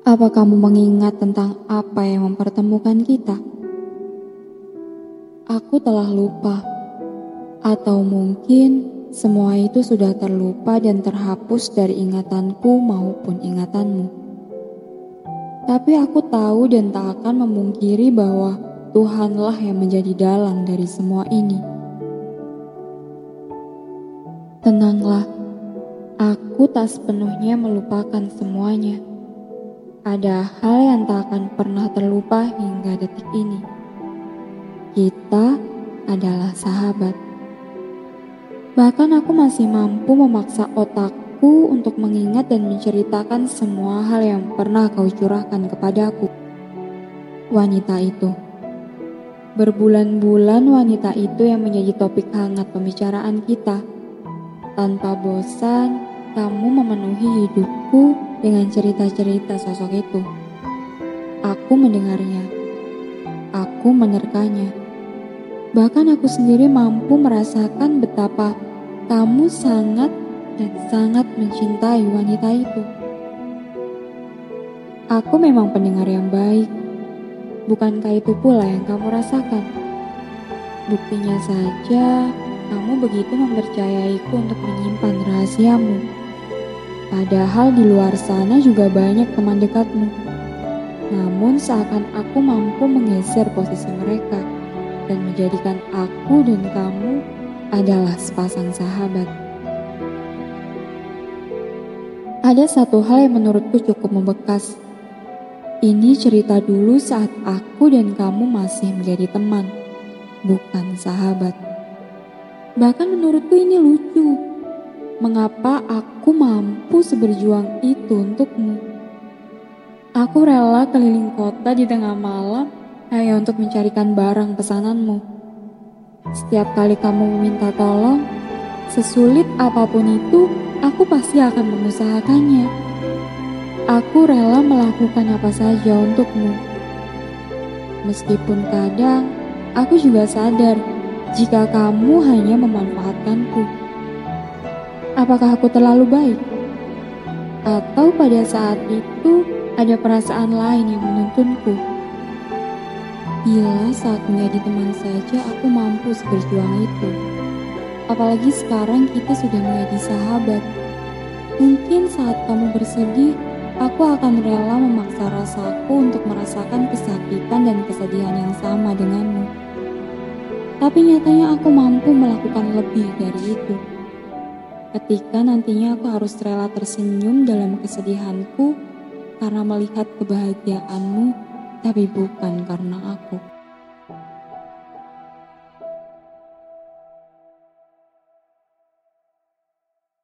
Apa kamu mengingat tentang apa yang mempertemukan kita? Aku telah lupa, atau mungkin semua itu sudah terlupa dan terhapus dari ingatanku maupun ingatanmu. Tapi aku tahu dan tak akan memungkiri bahwa Tuhanlah yang menjadi dalang dari semua ini. Tenanglah, aku tak sepenuhnya melupakan semuanya. Ada hal yang tak akan pernah terlupa hingga detik ini. Kita adalah sahabat. Bahkan aku masih mampu memaksa otakku untuk mengingat dan menceritakan semua hal yang pernah kau curahkan kepadaku. Wanita itu. Berbulan-bulan wanita itu yang menjadi topik hangat pembicaraan kita. Tanpa bosan, kamu memenuhi hidupku dengan cerita-cerita sosok itu. Aku mendengarnya. Aku menerkanya. Bahkan aku sendiri mampu merasakan betapa kamu sangat dan sangat mencintai wanita itu. Aku memang pendengar yang baik. Bukankah itu pula yang kamu rasakan? Buktinya saja, kamu begitu mempercayaiku untuk menyimpan rahasiamu. Padahal di luar sana juga banyak teman dekatmu. Namun seakan aku mampu menggeser posisi mereka dan menjadikan aku dan kamu adalah sepasang sahabat. Ada satu hal yang menurutku cukup membekas. Ini cerita dulu saat aku dan kamu masih menjadi teman, bukan sahabat. Bahkan menurutku ini lucu. Mengapa aku mampu seberjuang itu untukmu? Aku rela keliling kota di tengah malam hanya untuk mencarikan barang pesananmu. Setiap kali kamu meminta tolong, sesulit apapun itu, aku pasti akan mengusahakannya. Aku rela melakukan apa saja untukmu. Meskipun kadang, aku juga sadar jika kamu hanya memanfaatkanku. Apakah aku terlalu baik? Atau pada saat itu ada perasaan lain yang menuntunku? Bila saat menjadi teman saja aku mampu seberjuang itu. Apalagi sekarang kita sudah menjadi sahabat. Mungkin saat kamu bersedih, aku akan rela memaksa rasaku untuk merasakan kesakitan dan kesedihan yang sama denganmu. Tapi nyatanya aku mampu melakukan lebih dari itu. Ketika nantinya aku harus rela tersenyum dalam kesedihanku karena melihat kebahagiaanmu, tapi bukan karena aku.